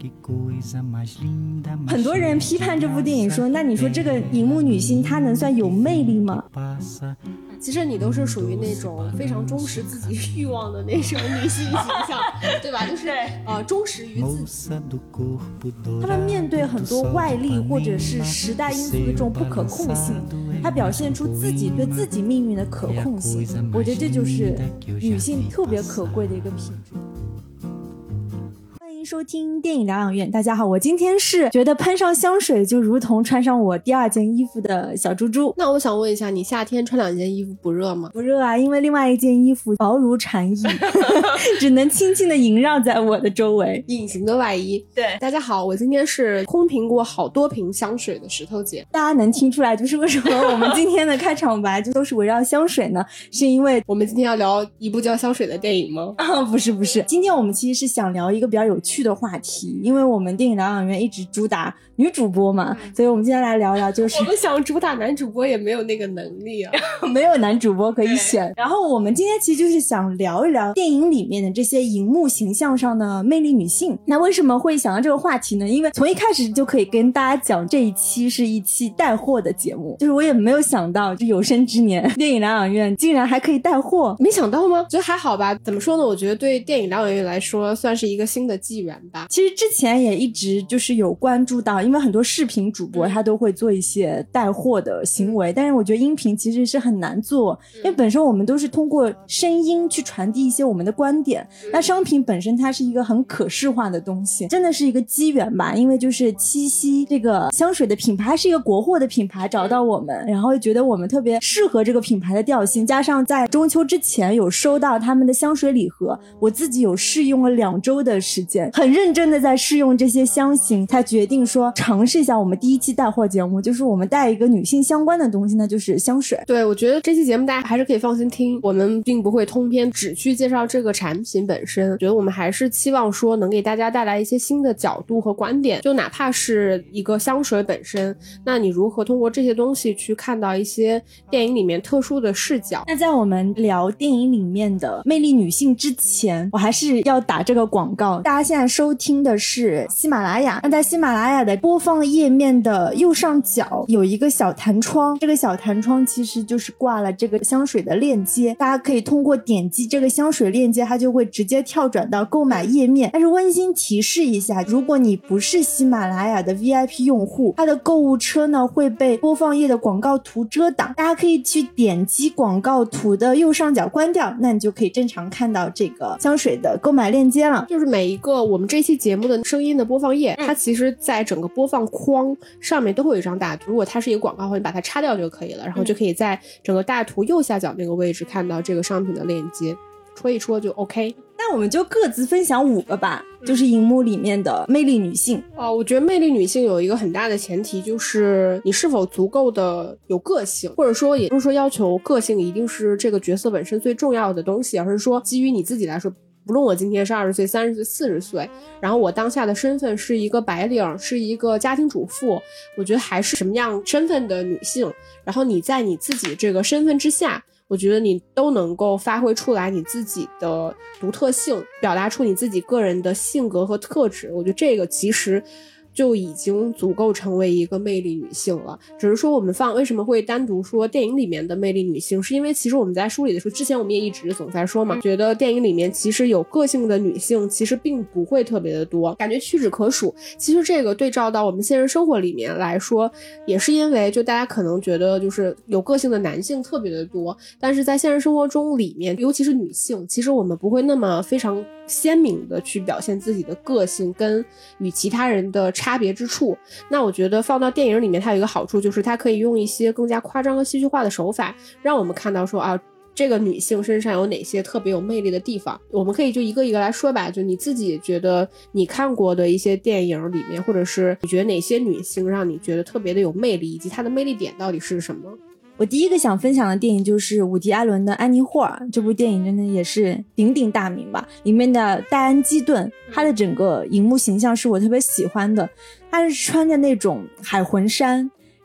很多人批判这部电影说，那你说这个荧幕女性她能算有魅力吗？ 其实你都是属于那种非常忠实自己欲望的那种女性形象，对吧？就是忠实于自己。 他们面对很多外力或者是时代因素的这种不可控性，她表现出自己对自己命运的可控性，我觉得这就是女性特别可贵的一个品质。欢迎收听电影疗养院，大家好，我今天是觉得喷上香水就如同穿上我第二件衣服的小猪猪。 那我想问一下，你夏天穿两件衣服不热吗？ 不热啊，因为另外一件衣服薄如蝉翼只能轻轻的萦绕在我的周围， 隐形的外衣。 对， 大家好，我今天是空瓶过好多瓶香水的石头姐。 大家能听出来就是为什么我们今天的开场白就都是围绕香水呢？是因为我们今天要聊一部叫香水的电影吗？ 不是，今天我们其实是想聊一个比较有趣的话题，因为我们电影疗养院一直主打女主播嘛，所以我们今天来聊聊就是我们想主打男主播也没有那个能力啊没有男主播可以选。然后我们今天其实就是想聊一聊电影里面的这些荧幕形象上的魅力女性。那为什么会想到这个话题呢？因为从一开始就可以跟大家讲，这一期是一期带货的节目，就是我也没有想到就有生之年电影疗养院竟然还可以带货。 没想到吗？觉得还好吧。怎么说呢，我觉得对电影疗养院来说算是一个新的纪元吧。 其实之前也一直就是有关注到，因为很多视频主播他都会做一些带货的行为，但是我觉得音频其实是很难做，因为本身我们都是通过声音去传递一些我们的观点，那商品本身它是一个很可视化的东西，真的是一个机缘吧。因为就是七夕这个香水的品牌是一个国货的品牌找到我们，然后觉得我们特别适合这个品牌的调性，加上在中秋之前有收到他们的香水礼盒，我自己有试用了2周的时间，很认真的在试用这些香型，才决定说尝试一下我们第一期带货节目，就是我们带一个女性相关的东西，那就是香水。 对，我觉得这期节目大家还是可以放心听，我们并不会通篇只去介绍这个产品本身，觉得我们还是期望说能给大家带来一些新的角度和观点，就哪怕是一个香水本身，那你如何通过这些东西去看到一些电影里面特殊的视角。 那在我们聊电影里面的魅力女性之前，我还是要打这个广告，大家现在收听的是喜马拉雅，那在喜马拉雅的播放页面的右上角有一个小弹窗，这个小弹窗其实就是挂了这个香水的链接，大家可以通过点击这个香水链接，它就会直接跳转到购买页面。但是温馨提示一下，如果你不是喜马拉雅的 VIP 用户，它的购物车呢会被播放页的广告图遮挡，大家可以去点击广告图的右上角关掉，那你就可以正常看到这个香水的购买链接了。 就是每一个我们这期节目的声音的播放页，它其实在整个播放框上面都会有一张大图，如果它是一个广告的话，你把它擦掉就可以了，然后就可以在整个大图右下角那个位置看到这个商品的链接，戳一戳就 OK。 那我们就各自分享5个吧，就是荧幕里面的魅力女性。 我觉得魅力女性有一个很大的前提，就是你是否足够的有个性，或者说也不是说要求个性一定是这个角色本身最重要的东西，而是说基于你自己来说，不论我今天是20岁、30岁、40岁，然后我当下的身份是一个白领，是一个家庭主妇，我觉得还是什么样身份的女性，然后你在你自己这个身份之下，我觉得你都能够发挥出来你自己的独特性，表达出你自己个人的性格和特质，我觉得这个其实就已经足够成为一个魅力女性了。只是说我们为什么会单独说电影里面的魅力女性，是因为其实我们在梳理的时候，之前我们也一直总在说嘛，觉得电影里面其实有个性的女性其实并不会特别的多，感觉屈指可数。其实这个对照到我们现实生活里面来说，也是因为就大家可能觉得就是有个性的男性特别的多，但是在现实生活中里面，尤其是女性，其实我们不会那么非常鲜明的去表现自己的个性跟与其他人的差别之处。那我觉得放到电影里面，它有一个好处，就是它可以用一些更加夸张和戏剧化的手法，让我们看到说这个女性身上有哪些特别有魅力的地方。我们可以就一个一个来说吧，就你自己觉得你看过的一些电影里面，或者是你觉得哪些女性让你觉得特别的有魅力，以及她的魅力点到底是什么。 我第一个想分享的电影就是伍迪·艾伦的《安妮·霍尔》，这部电影真的也是鼎鼎大名吧。里面的戴安·基顿，她的整个荧幕形象是我特别喜欢的。她是穿着那种海魂衫，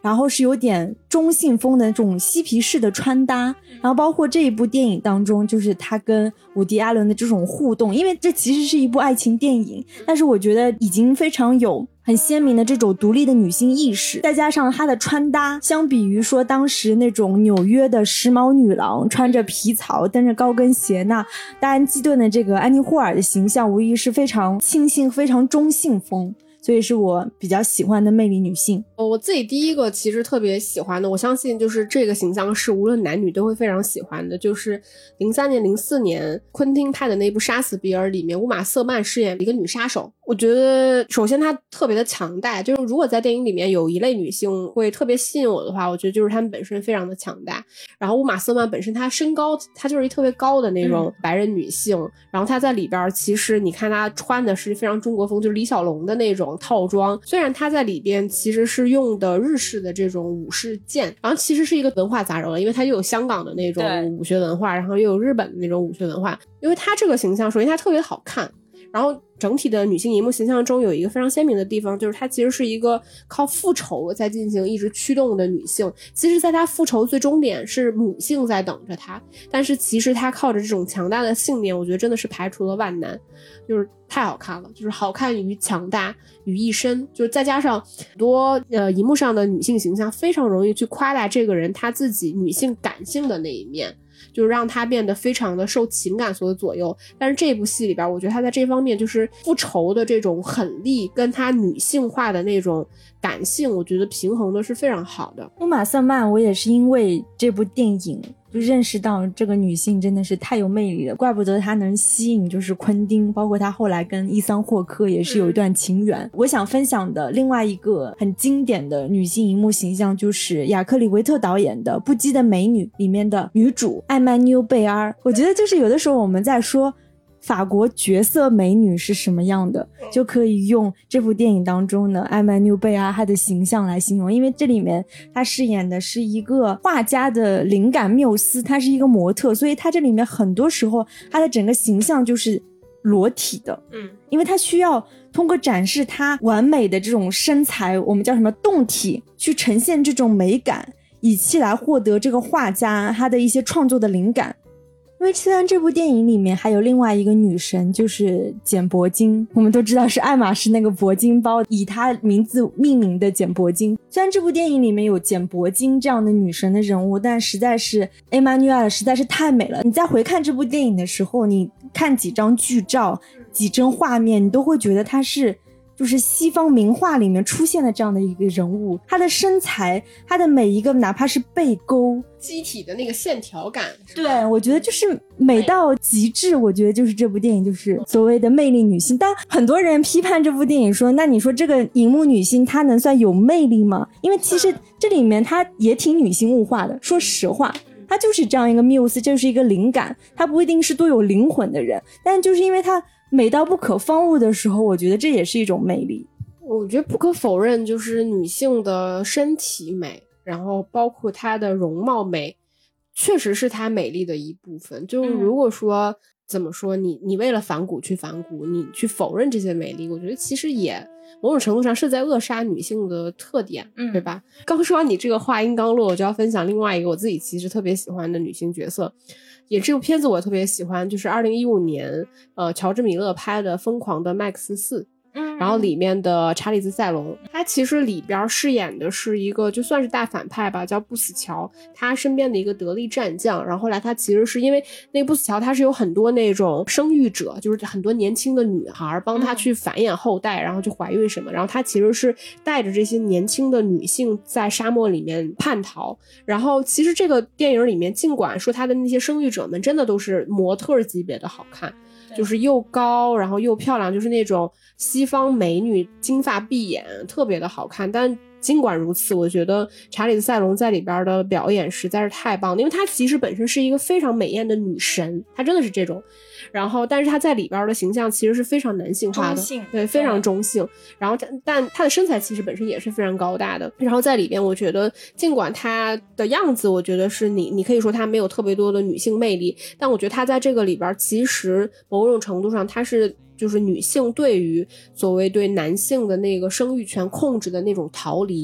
然后是有点中性风的那种嬉皮士的穿搭，然后包括这一部电影当中就是他跟伍迪·艾伦的这种互动，因为这其实是一部爱情电影，但是我觉得已经非常有很鲜明的这种独立的女性意识，再加上她的穿搭，相比于说当时那种纽约的时髦女郎穿着皮草蹬着高跟鞋，那戴安基顿的这个安妮霍尔的形象无疑是非常清新非常中性风，所以是我比较喜欢的魅力女性。 我自己第一个其实特别喜欢的，我相信就是这个形象是无论男女都会非常喜欢的，就是03年04年昆汀拍的那部杀死比尔里面乌玛瑟曼饰演一个女杀手。我觉得首先她特别的强大，就是如果在电影里面有一类女性会特别吸引我的话，我觉得就是她们本身非常的强大。然后乌玛瑟曼本身她身高，她就是一特别高的那种白人女性，然后她在里边其实你看她穿的是非常中国风，就是李小龙的那种套装，虽然她在里边其实是用的日式的这种武士剑，然后其实是一个文化杂糅了，因为它又有香港的那种武学文化，然后又有日本的那种武学文化。因为她这个形象首先她特别好看，然后整体的女性荧幕形象中有一个非常鲜明的地方，就是她其实是一个靠复仇在进行一直驱动的女性，其实在她复仇最终点是母性在等着她，但是其实她靠着这种强大的信念，我觉得真的是排除了万难，就是太好看了，就是好看与强大于一身，就是再加上很多荧幕上的女性形象非常容易去夸大这个人她自己女性感性的那一面，就是让她变得非常的受情感所左右。但是这部戏里边我觉得她在这方面就是复仇的这种狠力跟她女性化的那种感性，我觉得平衡的是非常好的。 乌玛瑟曼我也是因为这部电影就认识到这个女性真的是太有魅力了，怪不得她能吸引就是昆汀，包括她后来跟伊桑霍克也是有一段情缘。我想分享的另外一个很经典的女性荧幕形象就是雅克里维特导演的《不羁的美女》里面的女主艾曼纽贝尔。我觉得就是有的时候我们在说法国绝色美女是什么样的，就可以用这部电影当中呢艾曼纽贝尔她的形象来形容，因为这里面她饰演的是一个画家的灵感缪斯，她是一个模特，所以她这里面很多时候她的整个形象就是裸体的，因为她需要通过展示她完美的这种身材，我们叫什么动体，去呈现这种美感，以期来获得这个画家他的一些创作的灵感。因为虽然这部电影里面还有另外一个女神就是简铂金，我们都知道是爱马仕那个铂金包以她名字命名的简铂金，虽然这部电影里面有简铂金这样的女神的人物，但实在是艾玛纽尔实在是太美了。你在回看这部电影的时候，你看几张剧照几帧画面，你都会觉得她是就是西方名画里面出现的这样的一个人物，她的身材，她的每一个哪怕是背沟机体的那个线条感， 对，我觉得就是美到极致。我觉得就是这部电影就是所谓的魅力女性，但很多人批判这部电影说，那你说这个荧幕女性她能算有魅力吗？因为其实这里面她也挺女性物化的，说实话她就是这样一个缪斯，就是一个灵感，她不一定是多有灵魂的人，但就是因为她美到不可方物的时候，我觉得这也是一种魅力。 我觉得不可否认就是女性的身体美，然后包括她的容貌美确实是她美丽的一部分。就如果说怎么说你为了反骨去反骨，你去否认这些美丽，我觉得其实也某种程度上是在扼杀女性的特点，对吧？刚说完你这个话音刚落，我就要分享另外一个我自己其实特别喜欢的女性角色，也这部片子我特别喜欢，就是2015年乔治米勒拍的《疯狂的麦克斯4》。然后里面的查理兹塞隆，他其实里边饰演的是一个就算是大反派吧，叫不死乔，他身边的一个得力战将。然后后来他其实是因为那个不死乔他是有很多那种生育者，就是很多年轻的女孩帮他去繁衍后代，然后就怀孕什么，然后他其实是带着这些年轻的女性在沙漠里面叛逃。然后其实这个电影里面尽管说他的那些生育者们真的都是模特级别的好看，就是又高然后又漂亮，就是那种西方美女金发碧眼特别的好看，但尽管如此，我觉得查理兹塞隆在里边的表演实在是太棒了，因为她其实本身是一个非常美艳的女神，她真的是这种，然后但是她在里边的形象其实是非常男性化的，对，非常中性，然后但她的身材其实本身也是非常高大的，然后在里边我觉得尽管她的样子我觉得是你可以说她没有特别多的女性魅力，但我觉得她在这个里边其实某种程度上她是就是女性对于所谓对男性的那个生育权控制的那种逃离，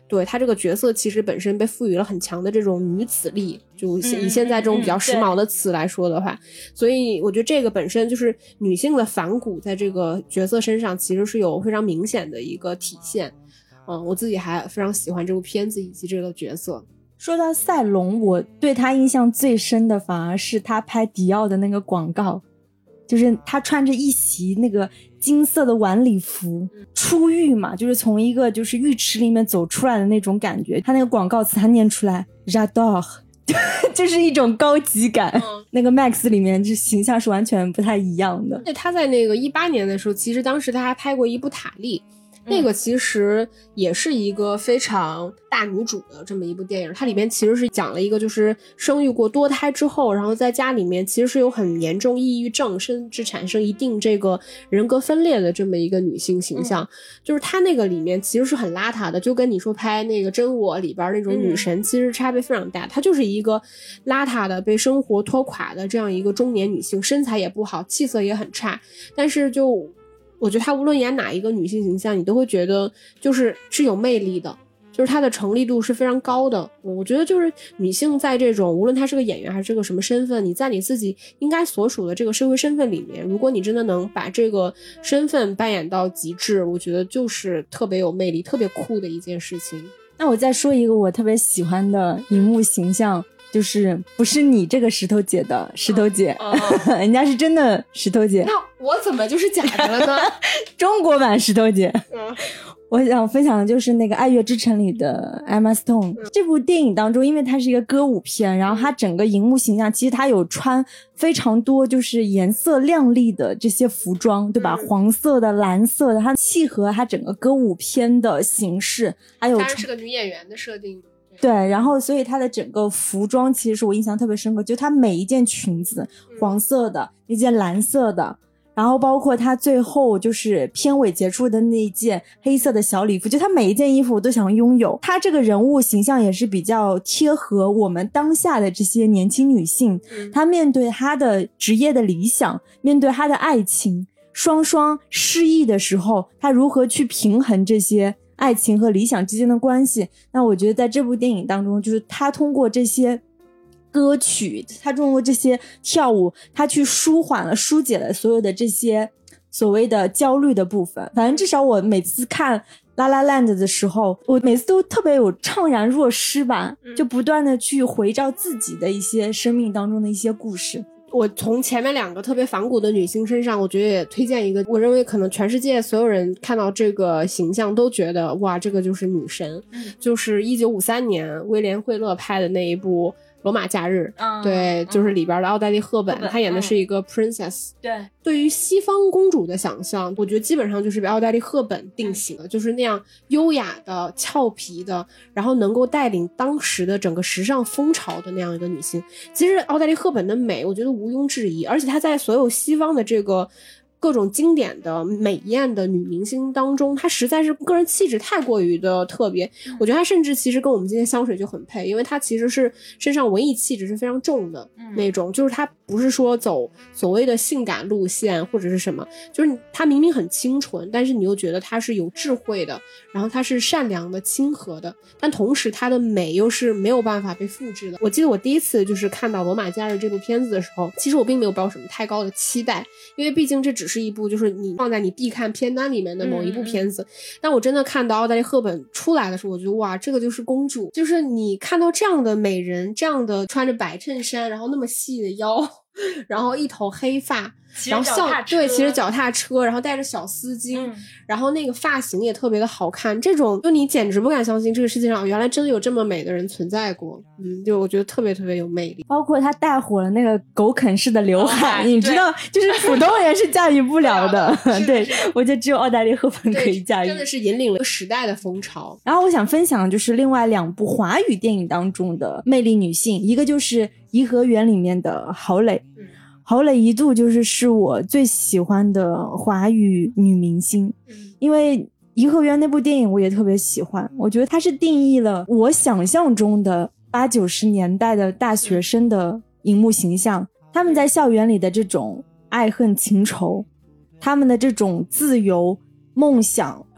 对，她这个角色其实本身被赋予了很强的这种女子力，就以现在这种比较时髦的词来说的话，所以我觉得这个本身就是女性的反骨在这个角色身上其实是有非常明显的一个体现。我自己还非常喜欢这部片子以及这个角色。 说到赛隆，我对他印象最深的反而是他拍迪奥的那个广告，就是他穿着一袭那个金色的晚礼服出浴嘛，就是从一个就是浴池里面走出来的那种感觉。他那个广告词他念出来 J'adore 就是一种高级感。那个 Max 里面就形象是完全不太一样的。 对，他在那个18年的时候，其实当时他还拍过一部塔利，那个其实也是一个非常大女主的这么一部电影，它里面其实是讲了一个就是生育过多胎之后，然后在家里面其实是有很严重抑郁症，甚至产生一定这个人格分裂的这么一个女性形象。就是她那个里面其实是很邋遢的，就跟你说拍那个真我里边那种女神其实差别非常大。她就是一个邋遢的被生活拖垮的这样一个中年女性，身材也不好，气色也很差，但是就我觉得她无论演哪一个女性形象，你都会觉得是有魅力的，就是她的成立度是非常高的。我觉得就是女性在这种无论她是个演员还是个什么身份，你在你自己应该所属的这个社会身份里面，如果你真的能把这个身份扮演到极致，我觉得就是特别有魅力特别酷的一件事情。 那我再说一个我特别喜欢的荧幕形象，就是不是你这个石头姐的石头姐，人家是真的石头姐。 那我怎么就是假的了呢？ 中国版石头姐。我想分享的就是那个《爱乐之城》里的 Emma Stone。这部电影当中，因为它是一个歌舞片，然后它整个荧幕形象其实它有穿非常多就是颜色亮丽的这些服装，对吧？黄色的、蓝色的，它契合它整个歌舞片的形式，还有当然是个女演员的设定。 对，然后所以它的整个服装其实是我印象特别深刻，就它每一件裙子，黄色的，一件蓝色的，然后包括它最后就是片尾结束的那一件黑色的小礼服，就它每一件衣服我都想拥有。它这个人物形象也是比较贴合我们当下的这些年轻女性，她面对她的职业的理想，面对她的爱情，双双失意的时候，她如何去平衡这些爱情和理想之间的关系。那我觉得在这部电影当中，就是他通过这些歌曲，他通过这些跳舞，他去舒缓了疏解了所有的这些所谓的焦虑的部分。反正至少我每次看La La Land的时候，我每次都特别有怅然若失吧，就不断的去回照自己的一些生命当中的一些故事。 我从前面两个特别反骨的女性身上，我觉得也推荐一个，我认为可能全世界所有人看到这个形象都觉得哇，这个就是女神。就是1953年威廉惠勒拍的那一部罗马假日。对，就是里边的奥黛丽赫本，她演的是一个 princess。对于西方公主的想象，我觉得基本上就是被奥黛丽赫本定型了，就是那样优雅的、俏皮的，然后能够带领当时的整个时尚风潮的那样一个女性。其实奥黛丽赫本的美，我觉得毋庸置疑，而且她在所有西方的这个各种经典的美艳的女明星当中，她实在是个人气质太过于的特别。我觉得她甚至其实跟我们今天香水就很配，因为她其实是身上文艺气质是非常重的那种，就是她不是说走所谓的性感路线或者是什么，就是她明明很清纯，但是你又觉得她是有智慧的，然后她是善良的、亲和的，但同时她的美又是没有办法被复制的。我记得我第一次就是看到《罗马假日》这部片子的时候，其实我并没有抱什么太高的期待，因为毕竟这只是一部就是你放在你必看片单里面的某一部片子。但我真的看到奥黛丽赫本出来的时候，我觉得哇，这个就是公主，就是你看到这样的美人，这样的穿着白衬衫，然后那么细的腰，然后一头黑发，然后对，骑着脚踏车，然后带着小丝巾，然后那个发型也特别的好看，这种就你简直不敢相信这个世界上原来真的有这么美的人存在过。就我觉得特别特别有魅力。 包括他带火了那个狗啃式的刘海，你知道就是普通人是驾驭不了的。对，我觉得只有奥黛丽赫本可以驾驭， 真的是引领了时代的风潮。 然后我想分享就是另外2部华语电影当中的魅力女性，一个就是颐和园里面的郝蕾。郝蕾一度是我最喜欢的华语女明星，因为颐和园那部电影我也特别喜欢，我觉得它是定义了我想象中的80、90年代的大学生的荧幕形象，他们在校园里的这种爱恨情仇，他们的这种自由、梦想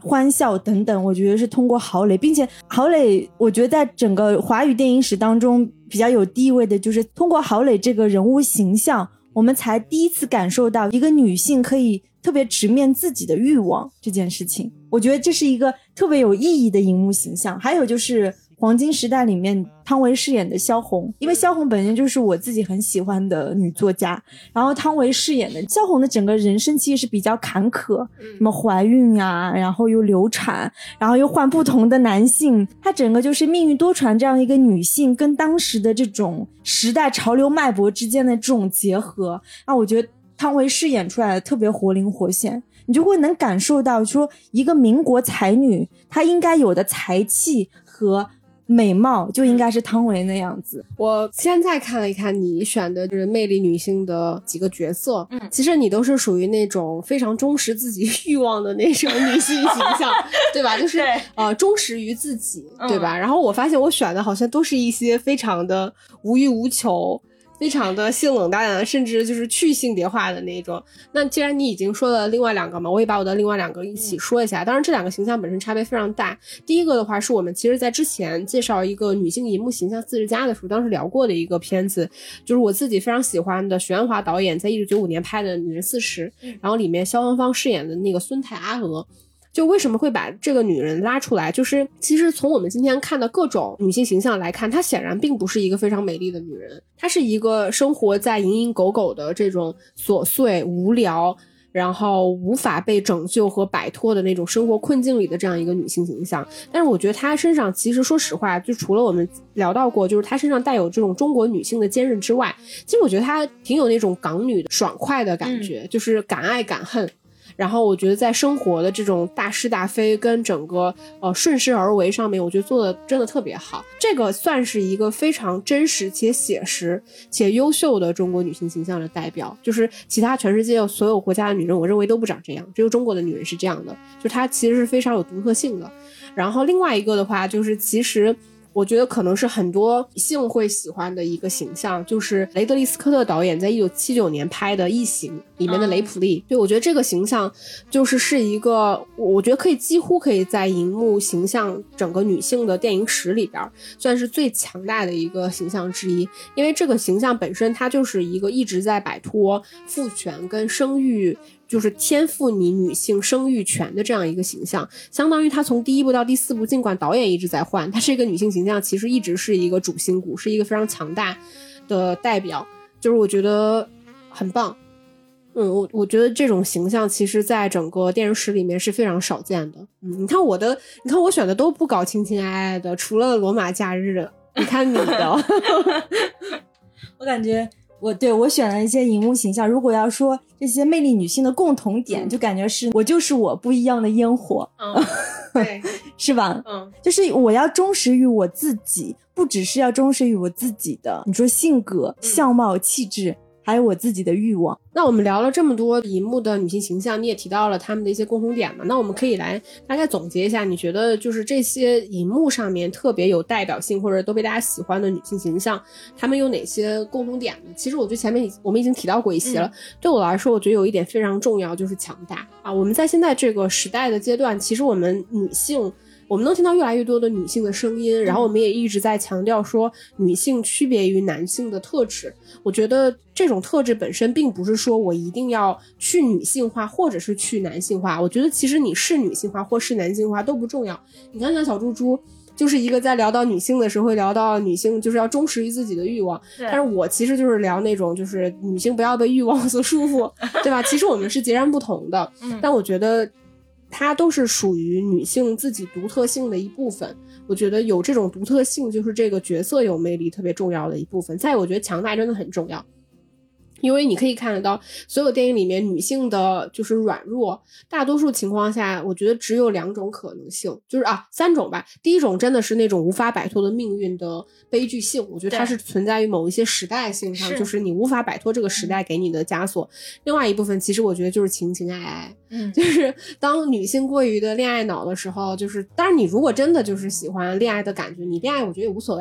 欢笑等等，我觉得是通过郝蕾，并且郝蕾我觉得在整个华语电影史当中比较有地位的，就是通过郝蕾这个人物形象，我们才第一次感受到一个女性可以特别直面自己的欲望这件事情。我觉得这是一个特别有意义的荧幕形象。还有就是黄金时代里面汤唯饰演的萧红，因为萧红本身就是我自己很喜欢的女作家，然后汤唯饰演的萧红的整个人生其实是比较坎坷，什么怀孕啊，然后又流产，然后又换不同的男性，她整个就是命运多舛这样一个女性跟当时的这种时代潮流脉搏之间的这种结合，我觉得汤唯饰演出来的特别活灵活现，你就会能感受到说一个民国才女她应该有的才气和美貌就应该是汤唯那样子。 我现在看了一看你选的就是魅力女性的几个角色，其实你都是属于那种非常忠实自己欲望的那种女性形象对吧，就是忠实于自己，对吧，然后我发现我选的好像都是一些非常的无欲无求，非常的性冷淡淡，甚至就是去性别化的那种。那既然你已经说了另外两个嘛，我也把我的另外两个一起说一下。当然这两个形象本身差别非常大。第一个的话是我们其实在之前介绍一个女性银幕形象40加的时候当时聊过的一个片子，就是我自己非常喜欢的许鞍华导演在1995年拍的《女人40》，然后里面萧芳芳饰演的那个孙太阿娥。就为什么会把这个女人拉出来，就是其实从我们今天看的各种女性形象来看，她显然并不是一个非常美丽的女人，她是一个生活在蝇营狗苟的这种琐碎无聊，然后无法被拯救和摆脱的那种生活困境里的这样一个女性形象。但是我觉得她身上其实说实话，就除了我们聊到过就是她身上带有这种中国女性的坚韧之外，其实我觉得她挺有那种港女的爽快的感觉，就是敢爱敢恨。然后我觉得在生活的这种大是大非跟整个顺势而为上面，我觉得做的真的特别好。这个算是一个非常真实且写实且优秀的中国女性形象的代表，就是其他全世界所有国家的女人我认为都不长这样，只有中国的女人是这样的，就她其实是非常有独特性的。然后另外一个的话就是其实我觉得可能是很多女性会喜欢的一个形象，就是雷德利·斯科特导演在1979年拍的《异形》里面的雷普利。对，我觉得这个形象是一个我觉得几乎可以在荧幕形象整个女性的电影史里边算是最强大的一个形象之一，因为这个形象本身它就是一个一直在摆脱父权跟生育，就是天赋你女性生育权的这样一个形象，相当于她从第1部到第4部，尽管导演一直在换，她这个女性形象其实一直是一个主心骨，是一个非常强大的代表，就是我觉得很棒。我觉得这种形象其实在整个电视史里面是非常少见的。你看我选的都不搞情情爱爱的，除了罗马假日，你看你的我感觉我选了一些荧幕形象，如果要说这些魅力女性的共同点，就感觉是我就是我不一样的烟火， 对， 是吧？就是我要忠实于我自己，不只是要忠实于我自己的，你说性格、相貌、气质，还有我自己的欲望。 那我们聊了这么多荧幕的女性形象，你也提到了她们的一些共同点嘛，那我们可以来大概总结一下，你觉得就是这些荧幕上面特别有代表性或者都被大家喜欢的女性形象，她们有哪些共同点呢？其实我觉得前面我们已经提到过一些了，对我来说我觉得有一点非常重要，就是强大啊。我们在现在这个时代的阶段，其实我们女性我们能听到越来越多的女性的声音，然后我们也一直在强调说女性区别于男性的特质。我觉得这种特质本身并不是说我一定要去女性化或者是去男性化，我觉得其实你是女性化或是男性化都不重要。你看像小猪猪就是一个在聊到女性的时候会聊到女性就是要忠实于自己的欲望，但是我其实就是聊那种就是女性不要被欲望所束缚，对吧？其实我们是截然不同的，但我觉得它都是属于女性自己独特性的一部分。我觉得有这种独特性就是这个角色有魅力特别重要的一部分。再我觉得强大真的很重要，因为你可以看得到所有电影里面女性的就是软弱，大多数情况下我觉得只有2种可能性，就是3种吧。第一种真的是那种无法摆脱的命运的悲剧性，我觉得它是存在于某一些时代性上，就是你无法摆脱这个时代给你的枷锁。另外一部分其实我觉得就是情情爱爱，就是当女性过于的恋爱脑的时候，就是当然你如果真的就是喜欢恋爱的感觉，你恋爱我觉得也无所谓啊。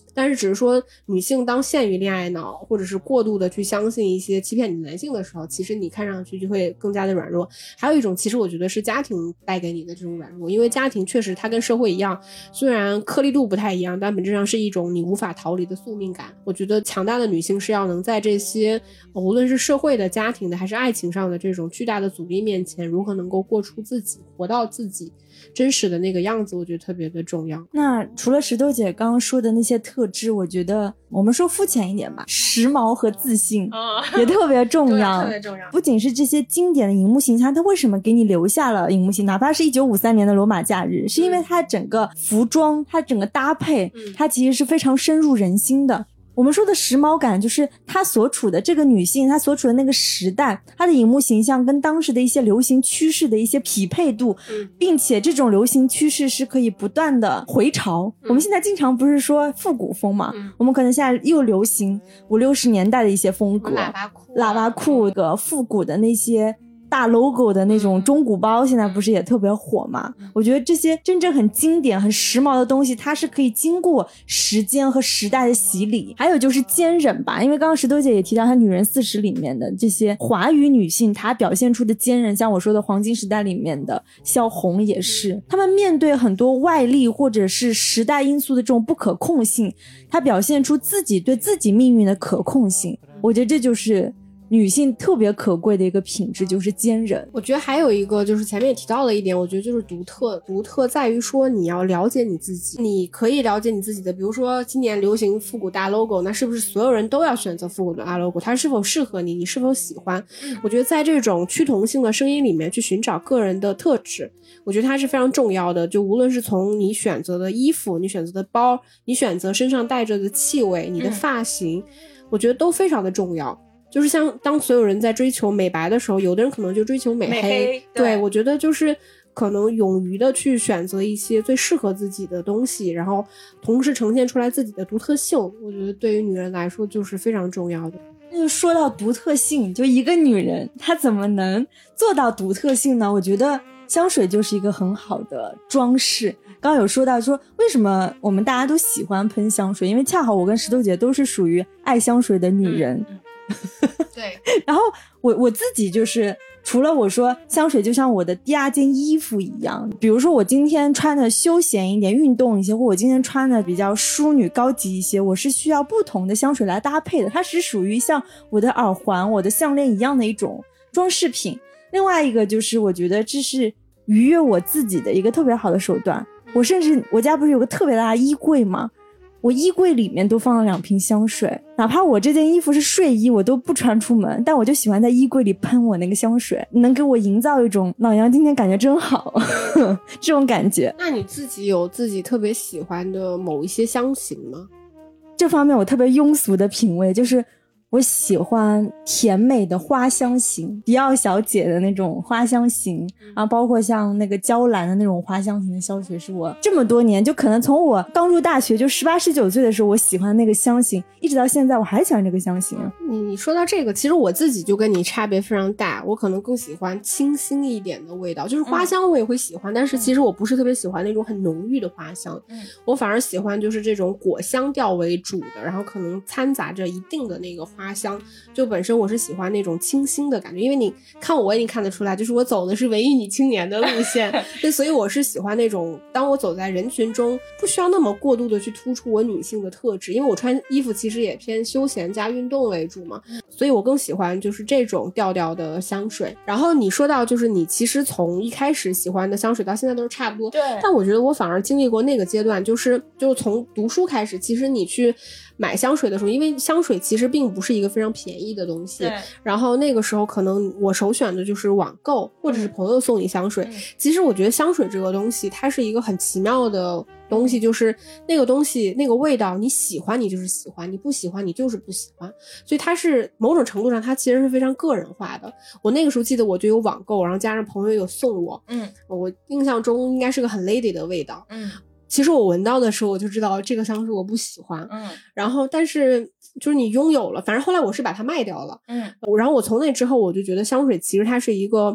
但是只是说女性当陷于恋爱脑或者是过度的去相信一些欺骗你的男性的时候，其实你看上去就会更加的软弱。还有一种其实我觉得是家庭带给你的这种软弱，因为家庭确实它跟社会一样，虽然颗粒度不太一样，但本质上是一种你无法逃离的宿命感。我觉得强大的女性是要能在这些无论是社会的、家庭的还是爱情上的这种巨大的阻力面前，如何能够过出自己，活到自己真实的那个样子，我觉得特别的重要。 那除了石头姐刚刚说的那些特质，我觉得我们说肤浅一点吧，时髦和自信也特别重要。 特别重要。 不仅是这些经典的荧幕形象，它为什么给你留下了荧幕形象，哪怕是1953年的罗马假日，是因为它整个服装，它整个搭配，它其实是非常深入人心的。我们说的时髦感，就是她所处的这个女性，她所处的那个时代，她的荧幕形象跟当时的一些流行趋势的一些匹配度，并且这种流行趋势是可以不断的回潮。我们现在经常不是说复古风嘛，我们可能现在又流行50、60年代的一些风格，喇叭裤的复古的那些大 logo 的那种中古包，现在不是也特别火嘛？我觉得这些真正很经典很时髦的东西，它是可以经过时间和时代的洗礼。还有就是坚韧吧，因为刚刚石头姐也提到她《女人40》里面的这些华语女性，她表现出的坚韧，像我说的黄金时代里面的萧红也是，她们面对很多外力或者是时代因素的这种不可控性，她表现出自己对自己命运的可控性。我觉得这就是女性特别可贵的一个品质，就是坚韧。 我觉得还有一个就是前面也提到了一点，我觉得就是独特在于说你要了解你自己，你可以了解你自己的，比如说今年流行复古大 logo， 那是不是所有人都要选择复古的大 logo， 它是否适合你，你是否喜欢？我觉得在这种趋同性的声音里面去寻找个人的特质，我觉得它是非常重要的。就无论是从你选择的衣服，你选择的包，你选择身上带着的气味，你的发型，我觉得都非常的重要。就是像当所有人在追求美白的时候，有的人可能就追求美黑，对，我觉得就是可能勇于的去选择一些最适合自己的东西，然后同时呈现出来自己的独特性，我觉得对于女人来说就是非常重要的。 就说到独特性，就一个女人她怎么能做到独特性呢？我觉得香水就是一个很好的装饰。刚刚有说到说为什么我们大家都喜欢喷香水，因为恰好我跟石头姐都是属于爱香水的女人。 对， 然后我自己就是除了我说香水就像我的第二件衣服一样，比如说我今天穿的休闲一点运动一些，或我今天穿的比较淑女高级一些，我是需要不同的香水来搭配的，它是属于像我的耳环我的项链一样的一种装饰品。另外一个就是我觉得这是愉悦我自己的一个特别好的手段。我甚至我家不是有个特别大的衣柜吗，我衣柜里面都放了2瓶香水，哪怕我这件衣服是睡衣我都不穿出门，但我就喜欢在衣柜里喷我那个香水，能给我营造一种老娘今天感觉真好这种感觉。 那你自己有自己特别喜欢的某一些香型吗？ 这方面我特别庸俗的品味，就是我喜欢甜美的花香型，迪奥小姐的那种花香型，然后包括像那个娇兰的那种花香型的香水，是我这么多年就可能从我刚入大学就18、19岁的时候我喜欢那个香型，一直到现在我还喜欢这个香型。 你说到这个，其实我自己就跟你差别非常大，我可能更喜欢清新一点的味道，就是花香我也会喜欢，但是其实我不是特别喜欢那种很浓郁的花香，我反而喜欢就是这种果香调为主的，然后可能掺杂着一定的那个花香，就本身我是喜欢那种清新的感觉，因为你看我也看得出来，就是我走的是文艺女青年的路线对，所以我是喜欢那种当我走在人群中不需要那么过度的去突出我女性的特质，因为我穿衣服其实也偏休闲加运动为主嘛，所以我更喜欢就是这种调调的香水。然后你说到就是你其实从一开始喜欢的香水到现在都是差不多， 对， 但我觉得我反而经历过那个阶段，就从读书开始，其实你去买香水的时候，因为香水其实并不是一个非常便宜的东西，然后那个时候可能我首选的就是网购或者是朋友送你香水，其实我觉得香水这个东西它是一个很奇妙的东西，就是那个东西那个味道你喜欢你就是喜欢，你不喜欢你就是不喜欢，所以它是某种程度上它其实是非常个人化的。我那个时候记得我就有网购，然后加上朋友有送我，我印象中应该是个很 lady 的味道，其实我闻到的时候我就知道这个香水我不喜欢，然后但是就是你拥有了，反正后来我是把它卖掉了，然后我从那之后我就觉得香水其实它是一个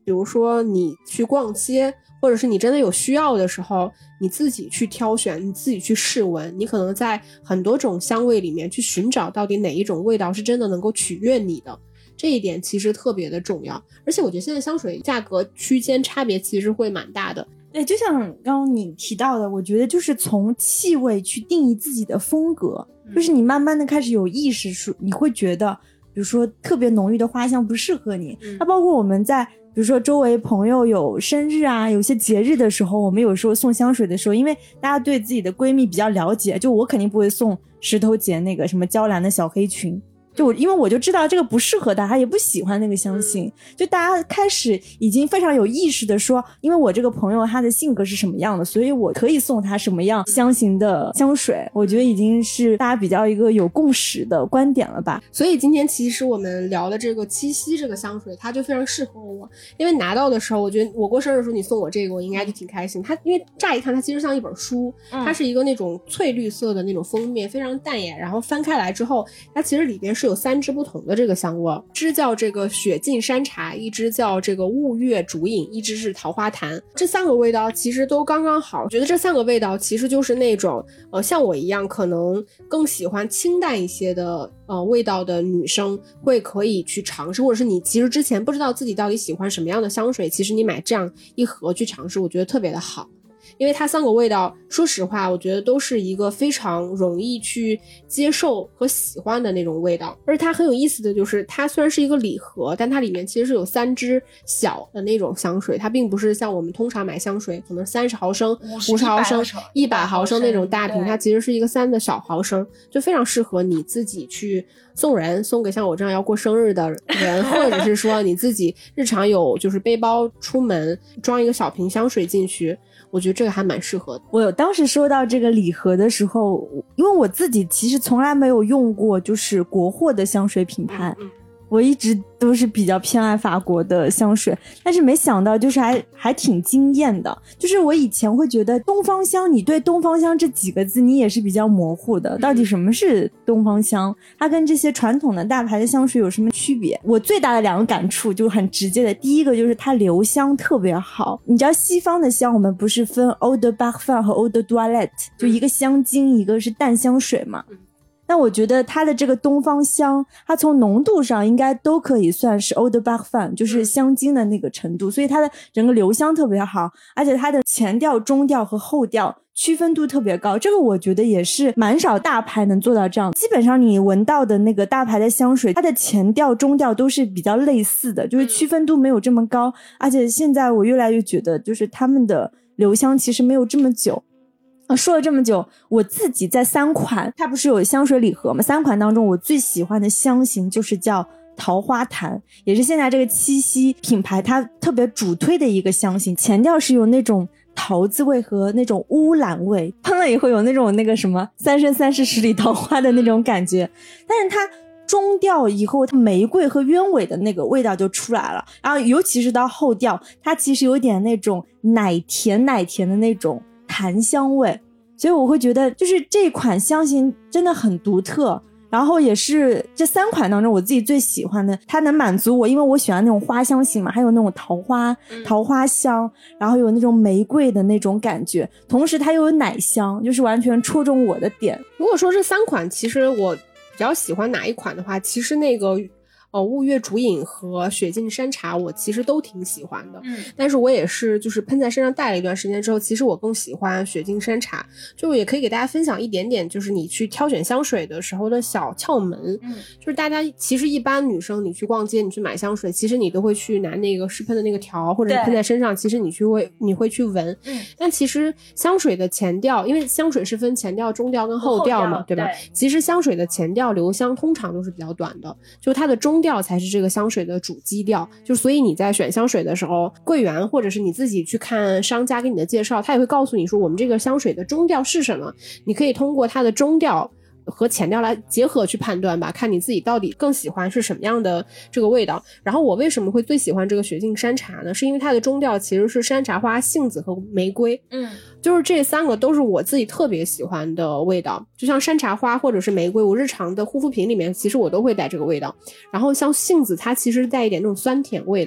比如说你去逛街，或者是你真的有需要的时候，你自己去挑选，你自己去试闻，你可能在很多种香味里面去寻找到底哪一种味道是真的能够取悦你的，这一点其实特别的重要。而且我觉得现在香水价格区间差别其实会蛮大的。 对，就像刚刚你提到的，我觉得就是从气味去定义自己的风格，就是你慢慢的开始有意识，你会觉得比如说特别浓郁的花香不适合你。它包括我们在比如说周围朋友有生日啊，有些节日的时候，我们有时候送香水的时候，因为大家对自己的闺蜜比较了解，就我肯定不会送石头姐那个什么娇兰的小黑裙，就因为我就知道这个不适合她，也不喜欢那个香型，就大家开始已经非常有意识的说，因为我这个朋友她的性格是什么样的，所以我可以送她什么样香型的香水，我觉得已经是大家比较一个有共识的观点了吧。 所以今天其实我们聊的这个七夕这个香水，它就非常适合我，因为拿到的时候我觉得我过生日的时候你送我这个我应该就挺开心。它因为乍一看它其实像一本书，它是一个那种翠绿色的那种封面，非常淡雅，然后翻开来之后它其实里边是有3支不同的这个香味，一支叫这个雪净山茶，一支叫这个雾月竹影，一支是桃花潭。这3个味道其实都刚刚好，我觉得这3个味道其实就是那种像我一样可能更喜欢清淡一些的味道的女生会可以去尝试，或者是你其实之前不知道自己到底喜欢什么样的香水，其实你买这样一盒去尝试，我觉得特别的好。因为它3个味道说实话我觉得都是一个非常容易去接受和喜欢的那种味道。而它很有意思的就是它虽然是一个礼盒，但它里面其实是有3支小的那种香水，它并不是像我们通常买香水可能30毫升50毫升100毫升那种大瓶，它其实是一个3的小毫升，就非常适合你自己去送人，送给像我这样要过生日的人，或者是说你自己日常有就是背包出门装一个小瓶香水进去，我觉得这个还蛮适合的。 我当时收到这个礼盒的时候，因为我自己其实从来没有用过就是国货的香水品牌，我一直都是比较偏爱法国的香水，但是没想到就是还挺惊艳的。就是我以前会觉得东方香，你对东方香这几个字你也是比较模糊的，到底什么是东方香，它跟这些传统的大牌的香水有什么区别。我最大的2个感触就很直接的，第一个就是它留香特别好。你知道西方的香我们不是分 Eau de Parfum 和 Eau de Toilette， 就一个香精一个是淡香水嘛，那我觉得它的这个东方香，它从浓度上应该都可以算是 Eau de Parfum， 就是香精的那个程度，所以它的整个留香特别好，而且它的前调、中调和后调区分度特别高，这个我觉得也是蛮少大牌能做到这样。基本上你闻到的那个大牌的香水，它的前调、中调都是比较类似的，就是区分度没有这么高，而且现在我越来越觉得就是他们的留香其实没有这么久。说了这么久，我自己在3款，它不是有香水礼盒吗？3款当中我最喜欢的香型就是叫桃花潭，也是现在这个七夕品牌它特别主推的一个香型，前调是有那种桃子味和那种乌兰味，喷了以后有那种那个什么三生三世十里桃花的那种感觉，但是它中调以后它玫瑰和鸢尾的那个味道就出来了，然后尤其是到后调，它其实有点那种奶甜奶甜的那种檀香味，所以我会觉得就是这款香型真的很独特，然后也是这3款当中我自己最喜欢的，它能满足我，因为我喜欢那种花香型嘛，还有那种桃花香，然后有那种玫瑰的那种感觉，同时它又有奶香，就是完全戳中我的点。 如果说这3款其实我比较喜欢哪一款的话，其实那个雾月竹影和雪净山茶我其实都挺喜欢的，但是我也是就是喷在身上戴了一段时间之后，其实我更喜欢雪净山茶。就也可以给大家分享一点点就是你去挑选香水的时候的小窍门，就是大家其实一般女生你去逛街你去买香水，其实你都会去拿那个试喷的那个条，或者是喷在身上，其实你会去闻，但其实香水的前调，因为香水是分前调、中调跟后调嘛，对吧？其实香水的前调留香通常都是比较短的，就它的中调才是这个香水的主基调，就所以你在选香水的时候，柜员或者是你自己去看商家给你的介绍，他也会告诉你说我们这个香水的中调是什么，你可以通过它的中调和前调来结合去判断吧，看你自己到底更喜欢是什么样的这个味道。然后我为什么会最喜欢这个雪净山茶呢？是因为它的中调其实是山茶花、杏子和玫瑰，就是这3个都是我自己特别喜欢的味道。就像山茶花或者是玫瑰，我日常的护肤品里面其实我都会带这个味道。然后像杏子它其实带一点那种酸甜味的，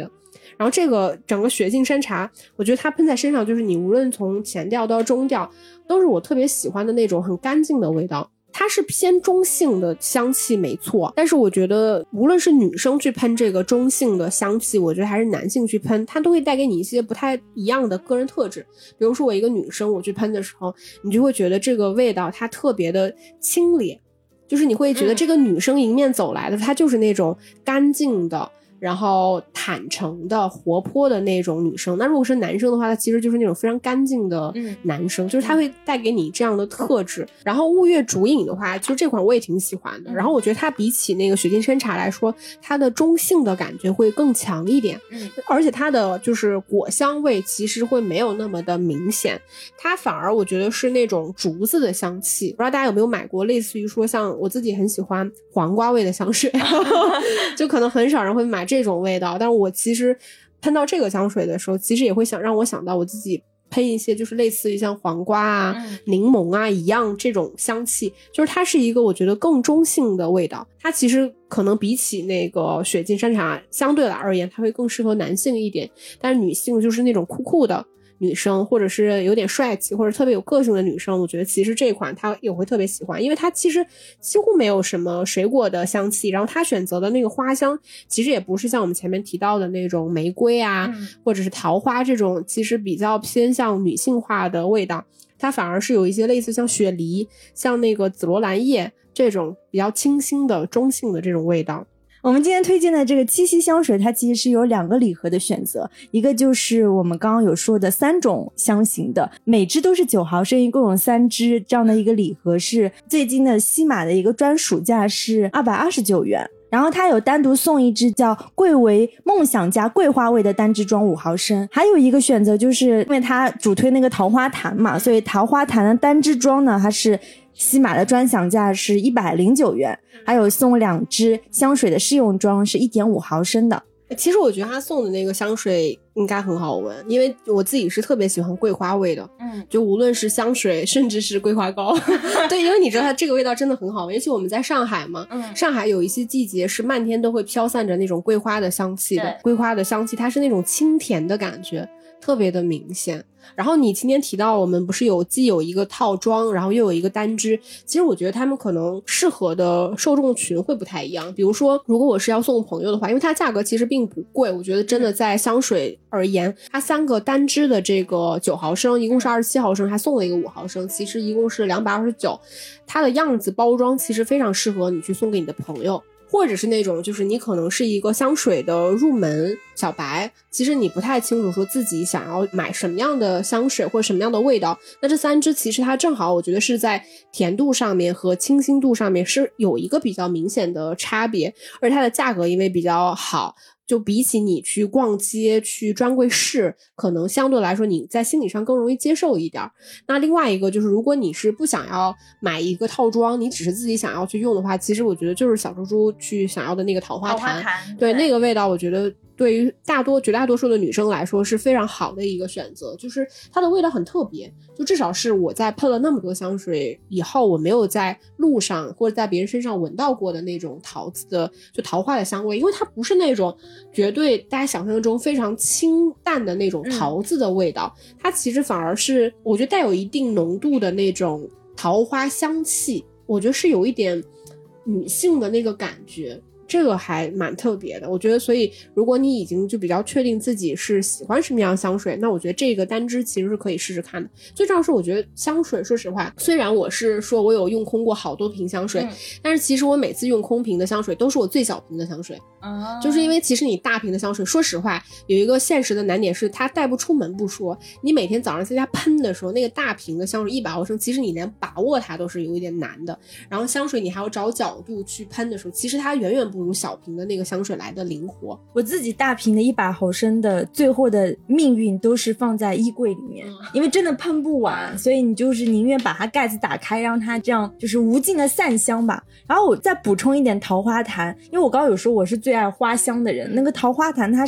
然后这个整个雪净山茶，我觉得它喷在身上，就是你无论从前调到中调，都是我特别喜欢的那种很干净的味道。它是偏中性的香气没错，但是我觉得无论是女生去喷这个中性的香气，我觉得还是男性去喷，它都会带给你一些不太一样的个人特质。比如说我一个女生我去喷的时候，你就会觉得这个味道它特别的清冽，就是你会觉得这个女生迎面走来的她就是那种干净的，然后坦诚的活泼的那种女生。那如果是男生的话，他其实就是那种非常干净的男生，就是他会带给你这样的特质。然后雾月竹影的话，就这款我也挺喜欢的，然后我觉得它比起那个雪净山茶来说，它的中性的感觉会更强一点，而且它的就是果香味其实会没有那么的明显，它反而我觉得是那种竹子的香气。不知道大家有没有买过类似于说像我自己很喜欢黄瓜味的香水就可能很少人会买这种味道，但是我其实喷到这个香水的时候，其实也会让我想到我自己喷一些就是类似于像黄瓜啊、柠檬啊一样这种香气，就是它是一个我觉得更中性的味道。它其实可能比起那个雪净山茶相对来而言，它会更适合男性一点，但是女性就是那种酷酷的女生，或者是有点帅气或者特别有个性的女生，我觉得其实这一款她也会特别喜欢，因为它其实几乎没有什么水果的香气，然后她选择的那个花香其实也不是像我们前面提到的那种玫瑰啊，或者是桃花这种其实比较偏向女性化的味道，它反而是有一些类似像雪梨、像那个紫罗兰叶这种比较清新的中性的这种味道。 我们今天推荐的这个七夕香水，它其实是有2个礼盒的选择，一个就是我们刚刚有说的3种香型的，每支都是9毫升，一共有3支，这样的一个礼盒是最近的西马的一个专属价是229元。然后它有单独送一支叫桂为梦想家桂花味的单支装5毫升，还有一个选择就是因为它主推那个桃花潭嘛，所以桃花潭的单支装呢，它是西马的专享价是109元，还有送2支香水的试用装是 1.5 毫升的。 其实我觉得他送的那个香水应该很好闻，因为我自己是特别喜欢桂花味的，就无论是香水甚至是桂花膏对，因为你知道它这个味道真的很好闻，尤其我们在上海嘛，上海有一些季节是漫天都会飘散着那种桂花的香气的，桂花的香气它是那种清甜的感觉，特别的明显。然后你今天提到我们不是既有一个套装，然后又有一个单支，其实我觉得他们可能适合的受众群会不太一样。比如说如果我是要送朋友的话，因为它价格其实并不贵，我觉得真的在香水而言，它3个单支的这个9毫升一共是27毫升，还送了一个5毫升，其实一共是229，它的样子包装其实非常适合你去送给你的朋友，或者是那种就是你可能是一个香水的入门小白，其实你不太清楚说自己想要买什么样的香水或者什么样的味道，那这3支其实它正好我觉得是在甜度上面和清新度上面是有一个比较明显的差别，而它的价格因为比较好，就比起你去逛街去专柜试，可能相对来说你在心理上更容易接受一点。那另外一个就是如果你是不想要买一个套装，你只是自己想要去用的话，其实我觉得就是小猪猪去想要的那个桃花潭，对，那个味道我觉得对于绝大多数的女生来说是非常好的一个选择，就是它的味道很特别，就至少是我在喷了那么多香水以后，我没有在路上或者在别人身上闻到过的那种桃花的香味，因为它不是那种绝对大家想象中非常清淡的那种桃子的味道，它其实反而是我觉得带有一定浓度的那种桃花香气，我觉得是有一点女性的那个感觉，这个还蛮特别的，我觉得。所以如果你已经就比较确定自己是喜欢什么样的香水，那我觉得这个单支其实是可以试试看的。最重要是我觉得香水说实话，虽然我是说我有用空过好多瓶香水，但是其实我每次用空瓶的香水都是我最小瓶的香水，就是因为其实你大瓶的香水说实话有一个现实的难点是它带不出门不说，你每天早上在家喷的时候，那个大瓶的香水100毫升其实你连把握它都是有一点难的，然后香水你还要找角度去喷的时候，其实它远远不如小瓶的那个香水来的灵活。 我自己大瓶的100毫升的最后的命运都是放在衣柜里面，因为真的喷不完，所以你就是宁愿把它盖子打开，让它这样就是无尽的散香吧。然后我再补充一点桃花潭，因为我刚刚有说我是最爱花香的人，那个桃花潭它是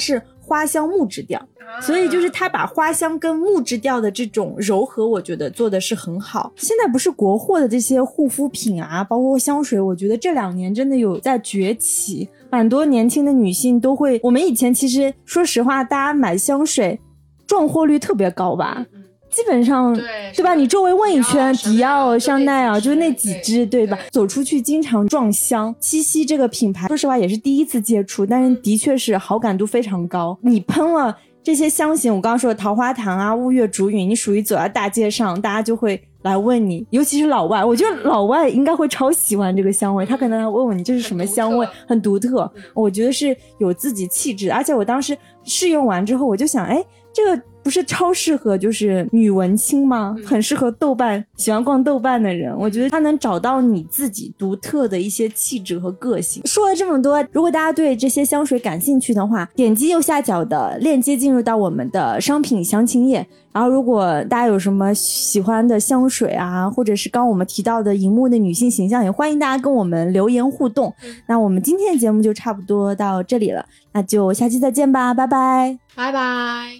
花香木质调，所以就是它把花香跟木质调的这种柔和，我觉得做的是很好。现在不是国货的这些护肤品啊，包括香水，我觉得这2年真的有在崛起，蛮多年轻的女性都会，我们以前其实说实话，大家买香水撞货率特别高吧，基本上 对吧，你周围问一圈，迪奥、香奈儿就是那几支，对吧，走出去经常撞香。七夕这个品牌说实话也是第一次接触，但是的确是好感度非常高。你喷了这些香型，我刚刚说的桃花潭啊、雾月竹云，你属于走在大街上，大家就会来问你，尤其是老外，我觉得老外应该会超喜欢这个香味，他可能来问问你这是什么香味，很独特，我觉得是有自己气质。而且我当时试用完之后，我就想，哎，这个不是超适合就是女文青吗？很适合豆瓣，喜欢逛豆瓣的人，我觉得它能找到你自己独特的一些气质和个性。说了这么多，如果大家对这些香水感兴趣的话，点击右下角的链接进入到我们的商品详情页，然后如果大家有什么喜欢的香水啊，或者是刚我们提到的荧幕的女性形象，也欢迎大家跟我们留言互动。那我们今天的节目就差不多到这里了，那就下期再见吧，拜拜， 拜拜。